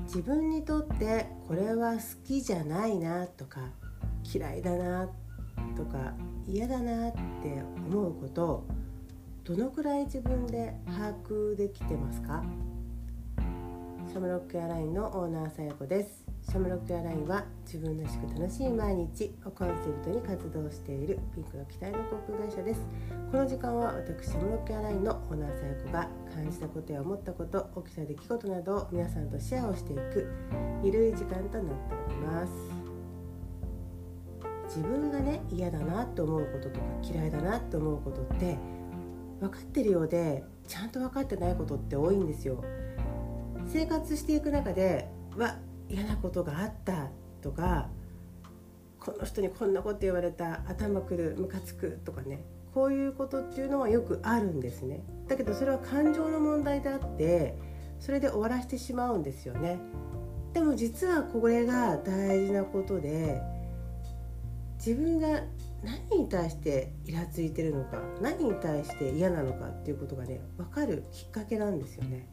自分にとってこれは好きじゃないなとか嫌いだなとか嫌だなって思うことどのくらい自分で把握できてますか？シャムロックエアラインのオーナーさやこです。シャムロックエアラインは自分らしく楽しい毎日をコンセプトに活動しているピンクの機体の航空会社です。この時間は私シャムロックエアラインのオーナーさやこが感じたことや思ったこと、起きた出来事などを皆さんとシェアをしていくゆるい時間となっております。自分がね嫌だなと思うこととか嫌いだなと思うことって分かってるようでちゃんと分かってないことって多いんですよ。生活していく中で嫌なことがあったとか、この人にこんなこと言われた、頭くる、ムカつくとかね、こういうことっていうのはよくあるんですね。だけどそれは感情の問題であってそれで終わらせてしまうんですよね。でも実はこれが大事なことで、自分が何に対してイラついてるのか、何に対して嫌なのかっていうことがね分かるきっかけなんですよね。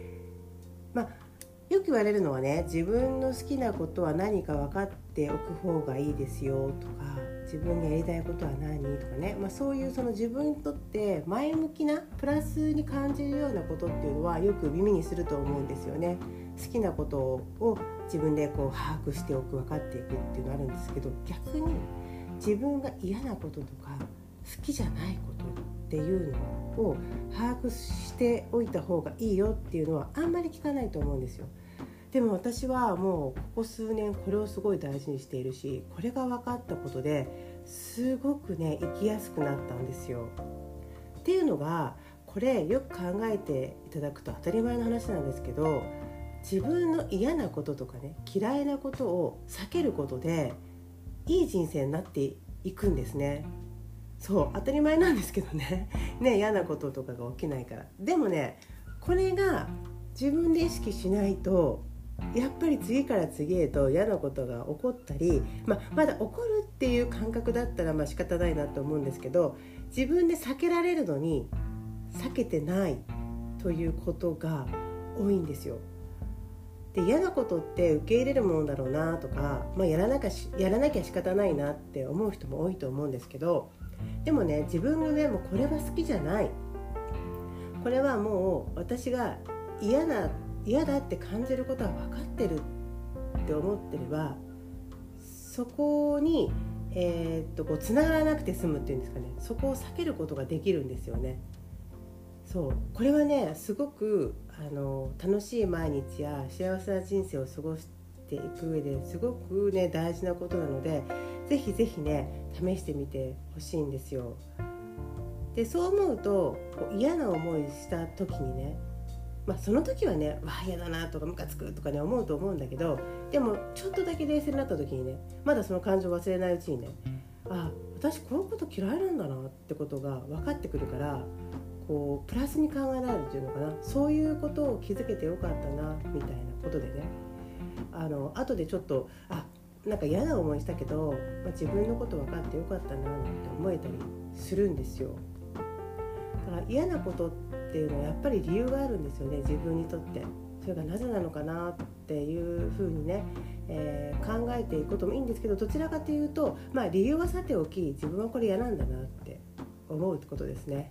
よく言われるのはね、自分の好きなことは何か分かっておく方がいいですよとか、自分がやりたいことは何とかね、そういうその自分にとって前向きなプラスに感じるようなことっていうのはよく耳にすると思うんですよね。好きなことを自分で把握しておく、分かっていくっていうのがあるんですけど、逆に自分が嫌なこととか好きじゃないことっていうのを把握しておいた方がいいよっていうのはあんまり聞かないと思うんですよ。でも私はもうここ数年これをすごい大事にしているし、これが分かったことですごくね生きやすくなったんですよ。っていうのが、これよく考えていただくと当たり前の話なんですけど、自分の嫌なこととかね嫌いなことを避けることでいい人生になっていくんですね。そう当たり前なんですけどね嫌なこととかが起きないから。でもね、これが自分で意識しないとやっぱり次から次へと嫌なことが起こったり、まだ起こるっていう感覚だったら仕方ないなと思うんですけど、自分で避けられるのに避けてないということが多いんですよ。で、嫌なことって受け入れるものだろうなとか、やらなきゃ仕方ないなって思う人も多いと思うんですけど、でもね、自分がねもうこれは好きじゃない、これはもう私が嫌だって感じることは分かってるって思ってれば、そこにつながらなくて済むっていうんですかね、そこを避けることができるんですよね。そうこれはねすごく楽しい毎日や幸せな人生を過ごしていく上ですごくね大事なことなので、ぜひぜひね試してみてほしいんですよ。で、そう思うと嫌な思いした時にね、その時はね嫌だなとかムカつくとかね思うと思うんだけど、でもちょっとだけ冷静になった時にね、まだその感情を忘れないうちにね、私こういうこと嫌いなんだなってことが分かってくるから、プラスに考えられるっていうのかな、そういうことを気づけてよかったなみたいなことでね、後でちょっとなんか嫌な思いしたけど、自分のこと分かってよかったななんて思えたりするんですよ。だから嫌なことっていうのはやっぱり理由があるんですよね、自分にとって。それがなぜなのかなっていうふうにね、考えていくこともいいんですけど、どちらかというと、理由はさておき、自分はこれ嫌なんだなって思うってことですね。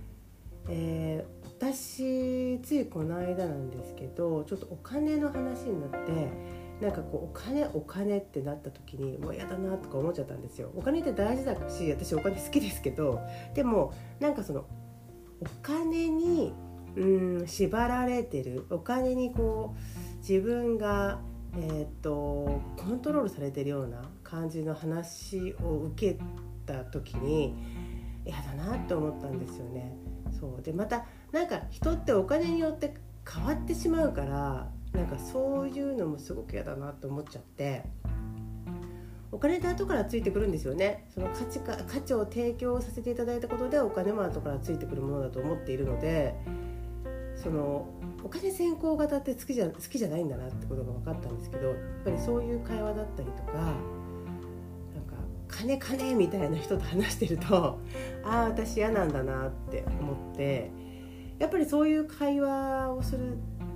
私ついこの間なんですけど、ちょっとお金の話になって、お金ってなった時にもう嫌だなとか思っちゃったんですよ。お金って大事だし、私お金好きですけど、でもそのお金に縛られてる、お金に自分がコントロールされてるような感じの話を受けた時に嫌だなって思ったんですよね。そうで、また人ってお金によって変わってしまうから、そういうのもすごく嫌だなと思っちゃって、お金って後からついてくるんですよね。その価値を提供させていただいたことでお金も後からついてくるものだと思っているので、そのお金先行型って好きじゃないんだなってことが分かったんですけど、やっぱりそういう会話だったりとか、金みたいな人と話してると私嫌なんだなって思って、やっぱりそういう会話をする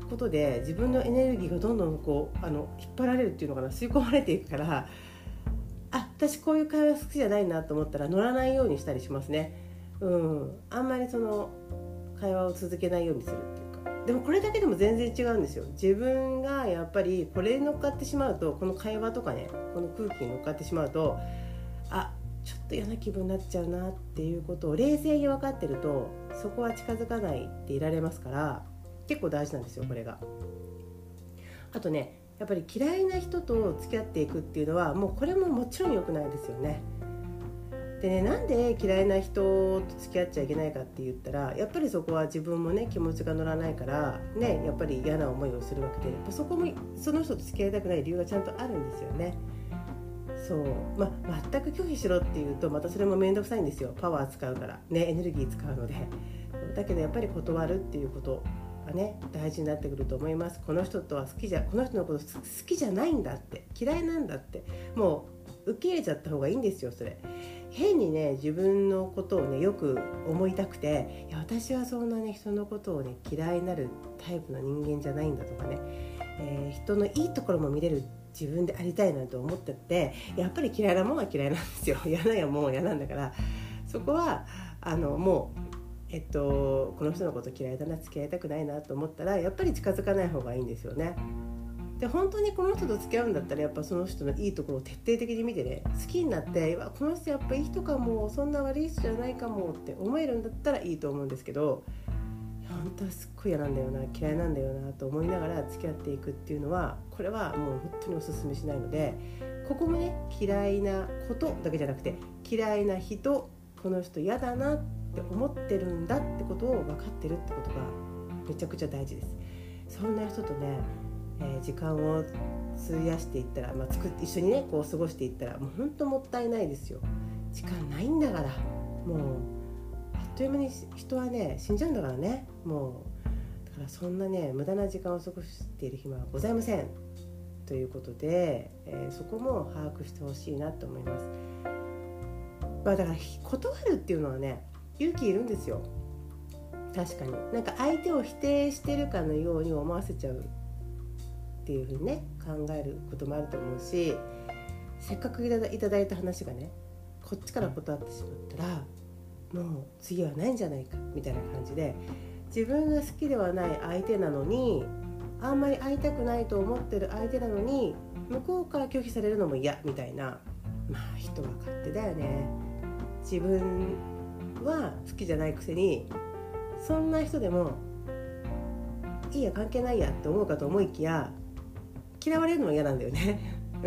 ことで自分のエネルギーがどんどんこう引っ張られるっていうのかな、吸い込まれていくから、私こういう会話好きじゃないなと思ったら乗らないようにしたりしますね。あんまりその会話を続けないようにするっていうか。でもこれだけでも全然違うんですよ。自分がやっぱりこれに乗っかってしまうと、この会話とかね、この空気に乗っかってしまうと、ちょっと嫌な気分になっちゃうなっていうことを冷静に分かってると、そこは近づかないっていられますから、結構大事なんですよ、これが。あとね、やっぱり嫌いな人と付き合っていくっていうのは、もうこれももちろん良くないですよね。でね、なんで嫌いな人と付き合っちゃいけないかって言ったら、やっぱりそこは自分もね、気持ちが乗らないからね、やっぱり嫌な思いをするわけで、そこもその人と付き合いたくない理由がちゃんとあるんですよね。そう、全く拒否しろっていうとまたそれも面倒くさいんですよ。パワー使うからね、エネルギー使うので。だけどやっぱり断るっていうことがね、大事になってくると思います。この人とはこの人のこと好きじゃないんだって、嫌いなんだって、もう受け入れちゃった方がいいんですよ。それ変にね、自分のことをねよく思いたくて、私はそんなね人のことをね嫌いになるタイプの人間じゃないんだとかね、人のいいところも見れる自分でありたいなと思ってて、やっぱり嫌いなもんは嫌いなんですよ。嫌なやもん嫌なんだから、そこはもうこの人のこと嫌いだな、付き合いたくないなと思ったら、やっぱり近づかない方がいいんですよね。で、本当にこの人と付き合うんだったら、やっぱその人のいいところを徹底的に見てね、好きになって、この人やっぱいい人かも、そんな悪い人じゃないかもって思えるんだったらいいと思うんですけど、本当はすっごい嫌なんだよな、嫌いなんだよなと思いながら付き合っていくっていうのは、これはもう本当にお勧めしないので、ここもね、嫌いなことだけじゃなくて、嫌いな人、この人嫌だなって思ってるんだってことを分かってるってことがめちゃくちゃ大事です。そんな人とね、時間を費やしていったら、一緒にねこう過ごしていったら、もう本当もったいないですよ。時間ないんだから、もうあっという間に人はね死んじゃうんだからね。もうだからそんなね無駄な時間を過ごしている暇はございませんということで、そこも把握してほしいなと思います。だから断るっていうのはね、勇気いるんですよ。確かになんか相手を否定してるかのように思わせちゃうっていうふうにね考えることもあると思うし、せっかくいただいた話がね、こっちから断ってしまったら、もう次はないんじゃないかみたいな感じで、自分が好きではない相手なのに、あんまり会いたくないと思ってる相手なのに、向こうから拒否されるのも嫌みたいな、人は勝手だよね。自分は好きじゃないくせに、そんな人でもいいや関係ないやって思うかと思いきや、嫌われるのは嫌なんだよね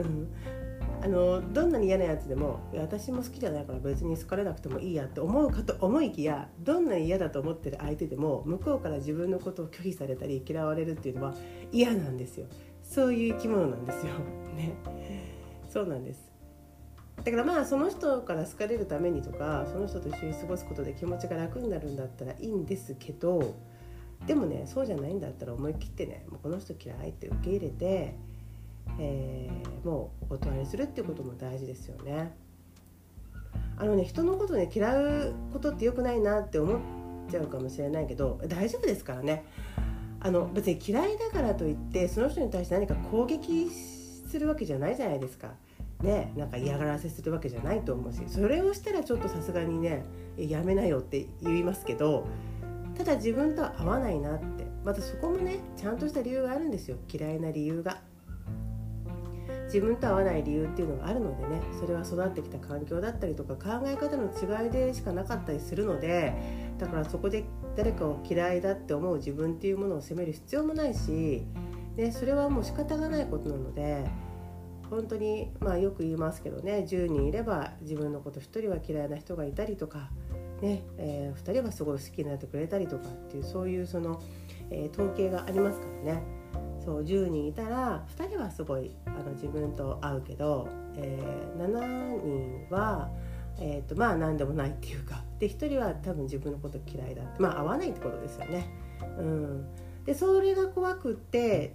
どんなに嫌なやつでも、私も好きじゃないから別に好かれなくてもいいやって思うかと思いきや、どんなに嫌だと思ってる相手でも向こうから自分のことを拒否されたり嫌われるっていうのは嫌なんですよ。そういう生き物なんですよね。そうなんです。だからその人から好かれるためにとか、その人と一緒に過ごすことで気持ちが楽になるんだったらいいんですけど、でもね、そうじゃないんだったら思い切ってね、もうこの人嫌いって受け入れて、もうお断りするっていうことも大事ですよね。人のことね嫌うことって良くないなって思っちゃうかもしれないけど、大丈夫ですからね。別に嫌いだからといってその人に対して何か攻撃するわけじゃないじゃないですかね。なんか嫌がらせするわけじゃないと思うし、それをしたらちょっとさすがにね、やめなよって言いますけど、ただ自分とは合わないなって、またそこもねちゃんとした理由があるんですよ。嫌いな理由が、自分と合わない理由っていうのがあるのでね、それは育ってきた環境だったりとか考え方の違いでしかなかったりするので、だからそこで誰かを嫌いだって思う自分っていうものを責める必要もないし、でそれはもう仕方がないことなので、本当によく言いますけどね、10人いれば自分のこと1人は嫌いな人がいたりとかね、2人はすごい好きになってくれたりとかっていう、そういう統計がありますからね。そう、10人いたら2人はすごい自分と合うけど、7人は、何でもないっていうか、で1人は多分自分のこと嫌いだって、合わないってことですよね。でそれが怖くって、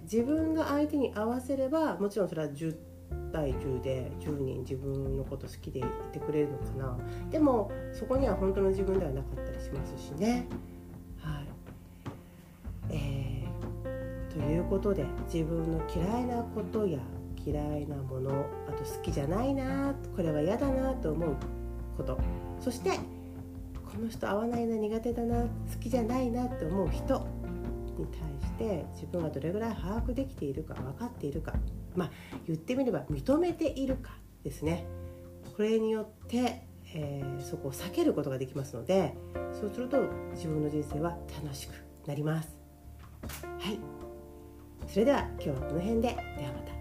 自分が相手に合わせればもちろんそれは10対10で10人自分のこと好きでいてくれるのかな。でもそこには本当の自分ではなかったりしますしね。はい、といいうことで自分の嫌いなことや嫌いなもの、あと好きじゃないな、これは嫌だなと思うこと、そしてこの人合わないな、苦手だな、好きじゃないなって思う人に対して自分がどれぐらい把握できているか、分かっているか、言ってみれば認めているかですね。これによって、そこを避けることができますので、そうすると自分の人生は楽しくなります。はい、それでは今日はこの辺で。ではまた。